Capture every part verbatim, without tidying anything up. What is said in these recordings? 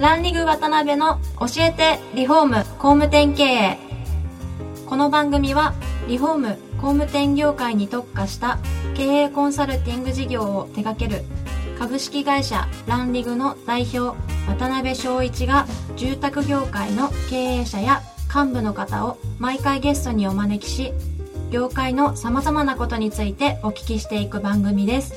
ランリグ渡辺の教えてリフォーム工務店経営。この番組はリフォーム工務店業界に特化した経営コンサルティング事業を手掛ける株式会社ランリグの代表渡辺翔一が住宅業界の経営者や幹部の方を毎回ゲストにお招きし、業界のさまざまなことについてお聞きしていく番組です。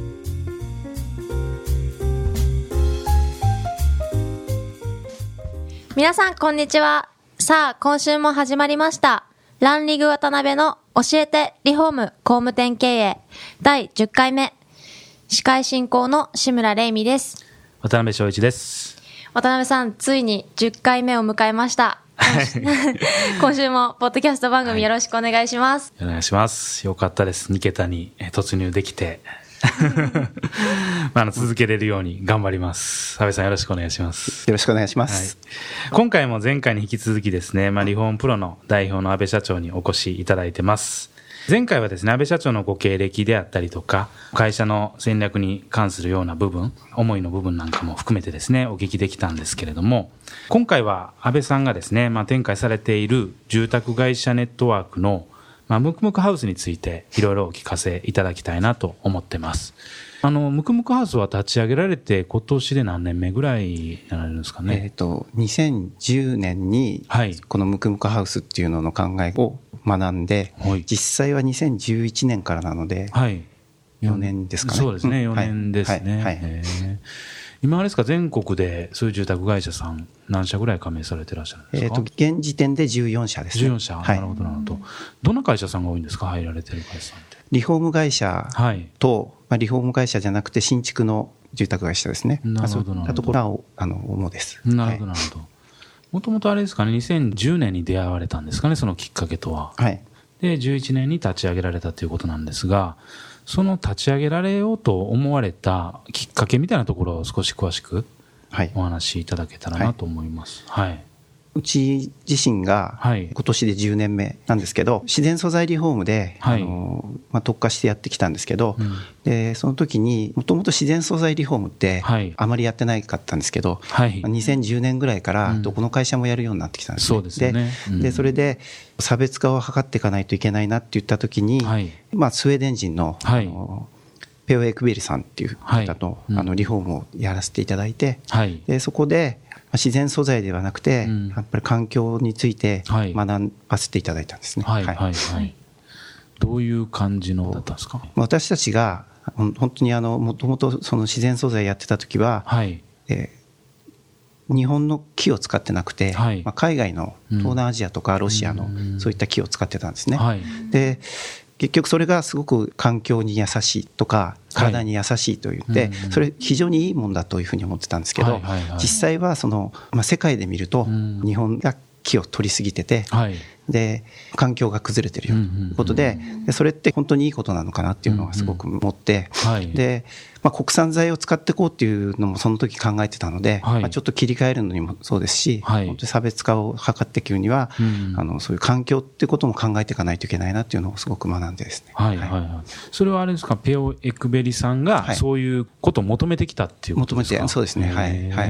皆さんこんにちは。さあ今週も始まりましたランリグ渡辺の教えてリフォーム工務店経営だいじゅっかいめ、司会進行の志村玲美です。 渡辺翔一です。 渡辺さん、ついにじゅっかいめを迎えました。今週もポッドキャスト番組よろしくお願いします。 はい、お願いします。よかったです。にけたに突入できてまあ、あの続けれるように頑張ります。安倍さんよろしくお願いします。 よろしくお願いします。 はい、今回も前回に引き続きですね、まあ、リフォームプロの代表の安倍社長にお越しいただいてます。前回はですね、安倍社長のご経歴であったりとか、会社の戦略に関するような部分、思いの部分なんかも含めてですね、お聞きできたんですけれども、今回は安倍さんがですね、まあ、展開されている住宅会社ネットワークの、まあ、ムクムクハウスについていろいろお聞かせいただきたいなと思ってます。あの、ムクムクハウスは立ち上げられて今年で何年目ぐらいになられるんですかね。 えっと、にせんじゅうねんに、このムクムクハウスっていうのの考えを学んで、はい、実際はにせんじゅういちねんからなので、はい、よねんですかね。 そうですね、よねんですね。はいはいはい、今あれですか、全国でそういう住宅会社さん何社ぐらい加盟されてらっしゃるんですか。えっと、現時点でじゅうよんしゃですね。 じゅうよんしゃ、はい、なるほどなるほど。どんな会社さんが多いんですか、入られてる会社さんって。 リフォーム会社と、はい、まあ、リフォーム会社じゃなくて新築の住宅会社ですね。 なるほどなるほど。 そういったところはあの主です。 なるほどなるほど。もともとあれですかね、にせんじゅうねんに出会われたんですかね、そのきっかけとは。はい。でじゅういちねんに立ち上げられたということなんですが、その立ち上げられようと思われたきっかけみたいなところを少し詳しくお話しいただけたらなと思います。はい、はい、 うち自身が今年でじゅうねんめなんですけど、自然素材リフォームで、はい、あのまあ、特化してやってきたんですけど、うん、でその時にもともと自然素材リフォームってあまりやってないかったんですけど、はい、にせんじゅうねんぐらいからどこの会社もやるようになってきたんですね。うん、そうですね。うん、でそれで差別化を図っていかないといけないなって言った時に、はい、まあ、スウェーデン人の、はい、あのペオ・エクベリさんっていう方と、はい、うん、あのリフォームをやらせていただいて、はい、でそこで自然素材ではなくて、うん、やっぱり環境について学ばせていただいたんですね。 はいはいはいはい、どういう感じのだったんですか。 私たちが本当にあのもともとその自然素材やってた時は、はい、えー、日本の木を使ってなくて、はい、まあ、海外の東南アジアとかロシアのそういった木を使ってたんですね。はい、で結局それがすごく環境に優しいとか体に優しいと言って、それ非常にいいもんだというふうに思ってたんですけど、実際はその、まあ、世界で見ると日本が木を取りすぎてて、で環境が崩れてるよということで、でそれって本当にいいことなのかなっていうのはすごく思って、で、まあ、国産材を使っていこうっていうのもその時考えてたので、はい、まあ、ちょっと切り替えるのにもそうですし、はい、本当に差別化を図っていくには、うん、あのそういう環境ってことも考えていかないといけないなっていうのをすごく学んでですね。 はいはいはい、それはあれですか、ペオ・エクベリさんがそういうことを求めてきたっていうことですか。 求めて、そうですね、はいはい、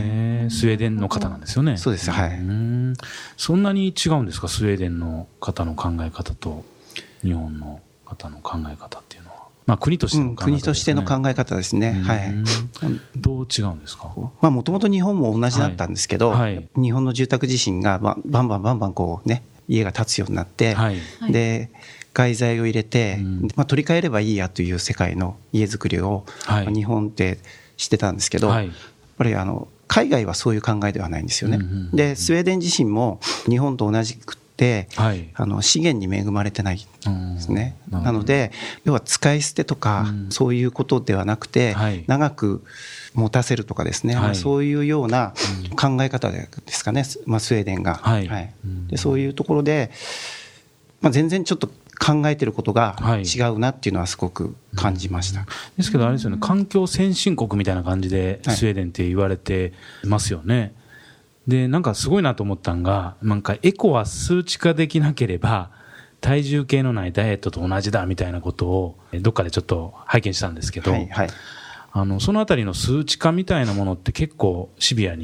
スウェーデンの方なんですよね。 そうです、はい、 うん、そんなに違うんですか、スウェーデンの方の考え方と日本の方の考え方っていうのは。まあ、国としての考え方ですね。うん、国としての考え方ですね。はい。 どう違うんですか。 まあ、もともと日本も同じだったんですけど、はいはい、日本の住宅自身がバンバンバンバンこうね、家が建つようになって、はい、で外材を入れて、うん、まあ、取り替えればいいやという世界の家づくりを、はい、日本ってしてたんですけど、はい、やっぱりあの海外はそういう考えではないんですよね。うんうんうんうん、でスウェーデン自身も日本と同じくで、はい、あの資源に恵まれてないですね。なので要は使い捨てとか、うん、そういうことではなくて、はい、長く持たせるとかですね、はい、そういうような考え方ですかね、まあ、スウェーデンが、はいはい、でそういうところで、まあ、全然ちょっと考えてることが違うなっていうのはすごく感じました。はい、 うん、ですけどあれですよね、環境先進国みたいな感じでスウェーデンって言われてますよね。はい、でなんかすごいなと思ったのが、なんかエコは数値化できなければ体重計のないダイエットと同じだみたいなことをどっかでちょっと拝見したんですけど、はいはい、あのそのあたりの数値化みたいなものって結構シビアに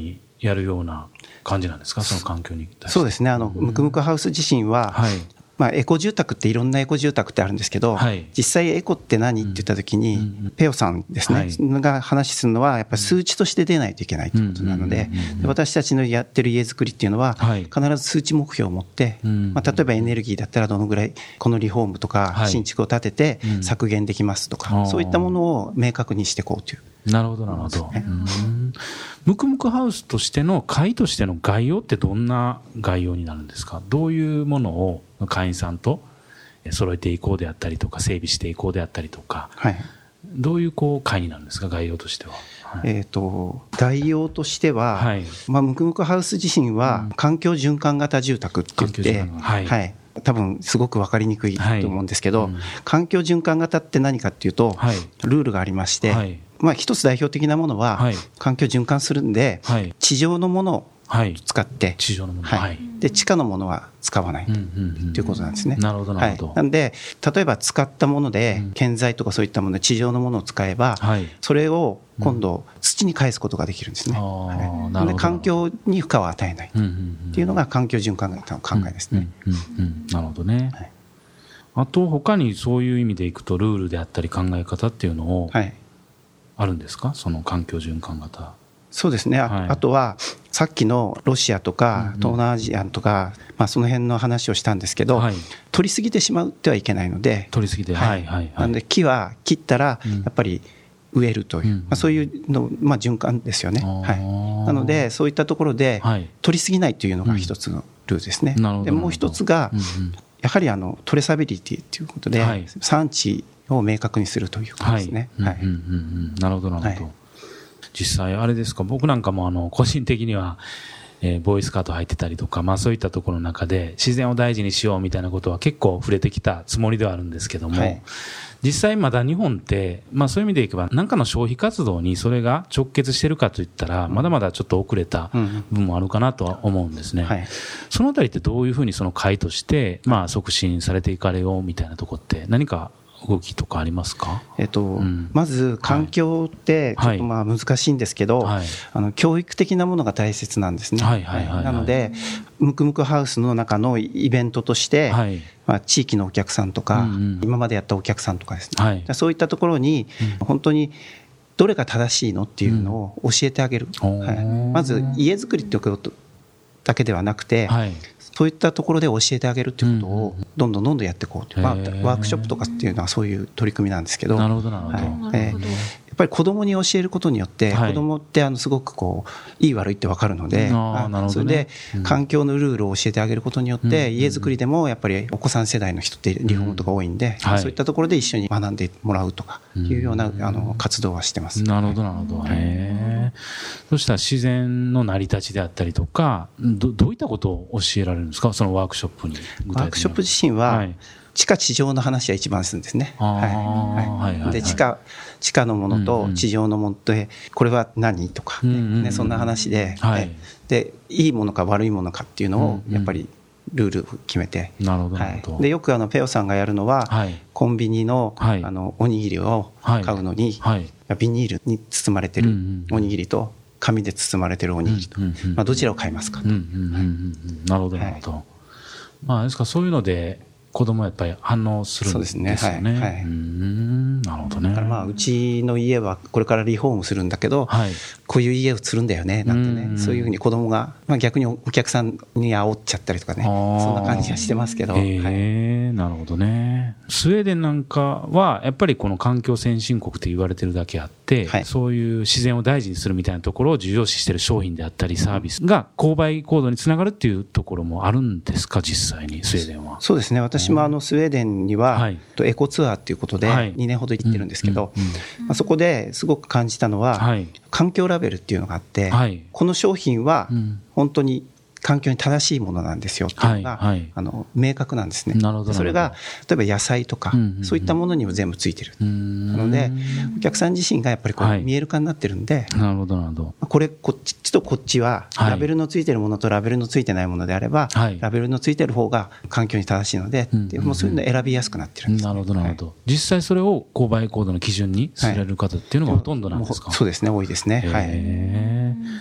やるような感じなんですか、その環境に対して。 そうですね、あのムクムクハウス自身は、はい、まあ、エコ住宅っていろんなエコ住宅ってあるんですけど、はい、実際エコって何って言ったときに、うんうんうん、ペオさんですね、はい、が話するのはやっぱり数値として出ないといけないということなので、私たちのやってる家づくりっていうのは、はい、必ず数値目標を持って、うん、まあ、例えばエネルギーだったらどのぐらいこのリフォームとか新築を建てて削減できますとか、はい、うん、そういったものを明確にしていこうという。 なるほどなるほど。うん、ムクムクハウスとしての会としての概要ってどんな概要になるんですか。どういうものを会員さんと揃えていこうであったりとか整備していこうであったりとか、はい、どういうこう会になるんですか、概要としては。はい、えーと概要としては、はい、まあ、ムクムクハウス自身は環境循環型住宅って言って、うん、はいはい、多分すごく分かりにくいと思うんですけど、はい、うん、環境循環型って何かっていうと、はい、ルールがありまして、はい、まあ、一つ代表的なものは、はい、環境循環するんで、はい、地上のものを使って、はい、地上のもの、はい、で地下のものは使わないということなんですね。 なるほどなるほど。 はい、なんで例えば使ったもので建材とかそういったもので地上のものを使えば、はい、それを今度土に返すことができるんですね。はい、で環境に負荷を与えないっていうのが環境循環型の考えですね。 なるほどね。はい、あと他にそういう意味でいくとルールであったり考え方っていうのを、はい、あるんですか、その環境循環型。 そうですね、 あ,、はい、あとはさっきのロシアとか東南アジアとか、まあ、その辺の話をしたんですけど、はい、取りすぎてしまってはいけないので、 取りすぎて、はいはいはい、 なので木は切ったらやっぱり植えるという、うん、まあ、そういうの、まあ、循環ですよね。はい、なのでそういったところで取りすぎないというのが一つのルールですね。うん、でもう一つが、うんうん、やはりあのトレーサビリティということで、はい、産地を明確にするということですね。 なるほどなるほど。はい、実際あれですか、僕なんかもあの個人的には、えー、ボーイスカート入ってたりとか、まあ、そういったところの中で自然を大事にしようみたいなことは結構触れてきたつもりではあるんですけども、はい、実際まだ日本って、まあ、そういう意味でいけば何かの消費活動にそれが直結してるかといったらまだまだちょっと遅れた部分もあるかなとは思うんですね。はい、そのあたりってどういうふうにその会として、まあ、促進されていかれようみたいなところって何か動きとかありますか。 えっとうん、まず環境ってちょっとまあ難しいんですけど、はい、あの教育的なものが大切なんですね。なのでムクムクハウスの中のイベントとして、はい、まあ、地域のお客さんとか、うんうん、今までやったお客さんとかですね、はい、そういったところに本当にどれが正しいのっていうのを教えてあげる、うん、はい、まず家づくりっていうことだけではなくて、はい、そういったところで教えてあげるということをどんどんどんどんやっていこうという、まあ、ワークショップとかっていうのはそういう取り組みなんですけど、 なるほどなるほど、はい、えーやっぱり子供に教えることによって、はい、子供ってあのすごくこういい悪いって分かるので、ああ、それで環境のルールを教えてあげることによって、うん、家づくりでもやっぱりお子さん世代の人ってリフォームとか多いんで、うん、はい、そういったところで一緒に学んでもらうとかいうような、うん、あの活動はしてます。 なるほどなるほど。へー。そしたら自然の成り立ちであったりとか ど, どういったことを教えられるんですか、そのワークショップに。 ワークショップ自身は、はい、地下地上の話は一番するんですね。はいはい、で地下地下のものと地上のものと、これは何とか、ね、そんな話で、はい、でいいものか悪いものかっていうのをやっぱりルール決めて、 なるほどなるほど。 でよくあのペオさんがやるのは、はい、コンビニ の,、はい、あのおにぎりを買うのに、はい、ビニールに包まれてるおにぎりと紙で包まれてるおにぎりと、まあ、どちらを買いますかと。なるほどなるほど。はい、まあ、ですからそういうので子供はやっぱり反応するんですよね。そうですね。はい。はい、うーん、なるほどね。だからまあうちの家はこれからリフォームするんだけど、はい、こういう家をするんだよねなんてね、そういうふうに子供が、まあ、逆にお客さんに煽っちゃったりとかね、そんな感じはしてますけど。へえ、はい、なるほどね。スウェーデンなんかはやっぱりこの環境先進国って言われてるだけあって、はい、そういう自然を大事にするみたいなところを重要視してる商品であったりサービスが購買行動につながるっていうところもあるんですか、実際にスウェーデンは。 そうですね。私もあのスウェーデンには、はい、エコツアーということでにねんほど行ってるんですけど、そこですごく感じたのは、はい、環境ラベルっていうのがあって、はい、この商品は本当に環境に正しいものなんですよっていうのが、はいはい、あの明確なんですね。なるほど。それが例えば野菜とか、うんうんうん、そういったものにも全部ついてる。なのでお客さん自身がやっぱりこう見える化になってるんで、はい、なるほどなるほど。これこっちとこっちはラベルのついてるものとラベルのついてないものであれば、はい、ラベルのついてる方が環境に正しいので、うんうんうん、もうそういうの選びやすくなってるんです、ね。 なるほどなるほど。はい、実際それを購買行動の基準にされる方っていうのがほとんどなんですか。 はい、そうですね、多いですね。はい。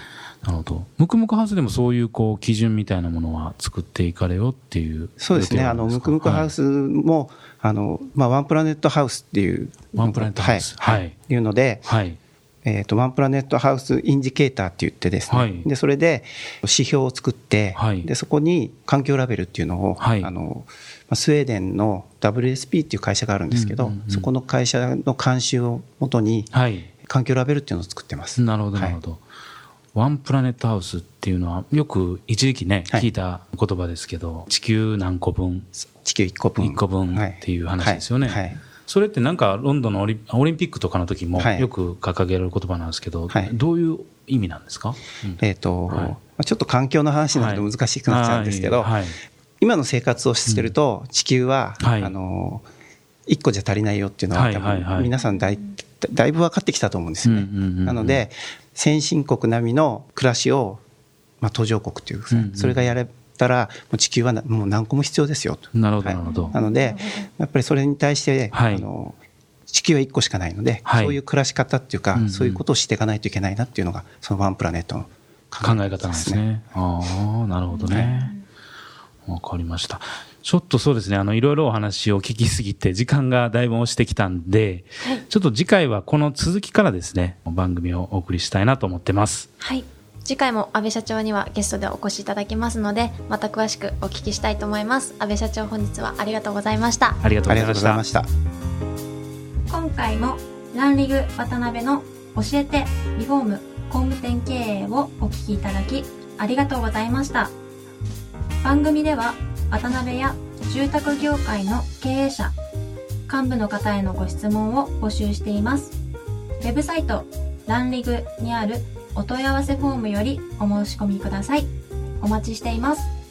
なるほど。ムクムクハウスでもそういうこう基準みたいなものは作っていかれよっていう。 そうですね。あのムクムクハウスも、はい、あのまあワンプラネットハウスっていうワンプラネットハウス、 はい、はい、いうので、はい、えっとワンプラネットハウスインジケーターって言ってですね。はい、でそれで指標を作って、はい、でそこに環境ラベルっていうのを、はい、あのスウェーデンの ダブリューエスピー っていう会社があるんですけど、うんうんうん、そこの会社の監修をもとに、はい、環境ラベルっていうのを作ってます。 なるほどなるほど。はい、ワンプラネットハウスっていうのはよく一時期ね、はい、聞いた言葉ですけど、地球何個分、 地球いっこぶん、 いっこぶんっていう話ですよね。はいはいはい、それってなんかロンドンのオリオリンピックとかの時もよく掲げられる言葉なんですけど、はい、どういう意味なんですか？ うん、えっと、はい、ちょっと環境の話になると難しくなっちゃうんですけど、はいはい、今の生活をしてると地球は、うん、はい、あのいっこじゃ足りないよっていうのは、はいはいはい、皆さん大だいぶ分かってきたと思うんですよね。うんうんうんうん、なので先進国並みの暮らしを、まあ、途上国というか、うんうん、それがやれたらもう地球はもう何個も必要ですよと。 なるほど、はい、なるほど。 なのでやっぱりそれに対して、はい、あの地球はいっこしかないので、はい、そういう暮らし方っていうか、うんうん、そういうことをしていかないといけないなっていうのがそのワンプラネットの考え方なんですね。ああ、なるほどね。わ、はい、かりました。ちょっとそうですね、あのいろいろお話を聞きすぎて時間がだいぶ押してきたんで、はい、ちょっと次回はこの続きからですね、番組をお送りしたいなと思ってます。 はい、次回も安倍社長にはゲストでお越しいただきますので、また詳しくお聞きしたいと思います。安倍社長、本日はありがとうございました。 ありがとうございました。 今回もランリグ渡辺の教えてリフォーム工務店経営をお聞きいただきありがとうございました。番組では渡辺や住宅業界の経営者、幹部の方へのご質問を募集しています。ウェブサイトランリグにあるお問い合わせフォームよりお申し込みください。お待ちしています。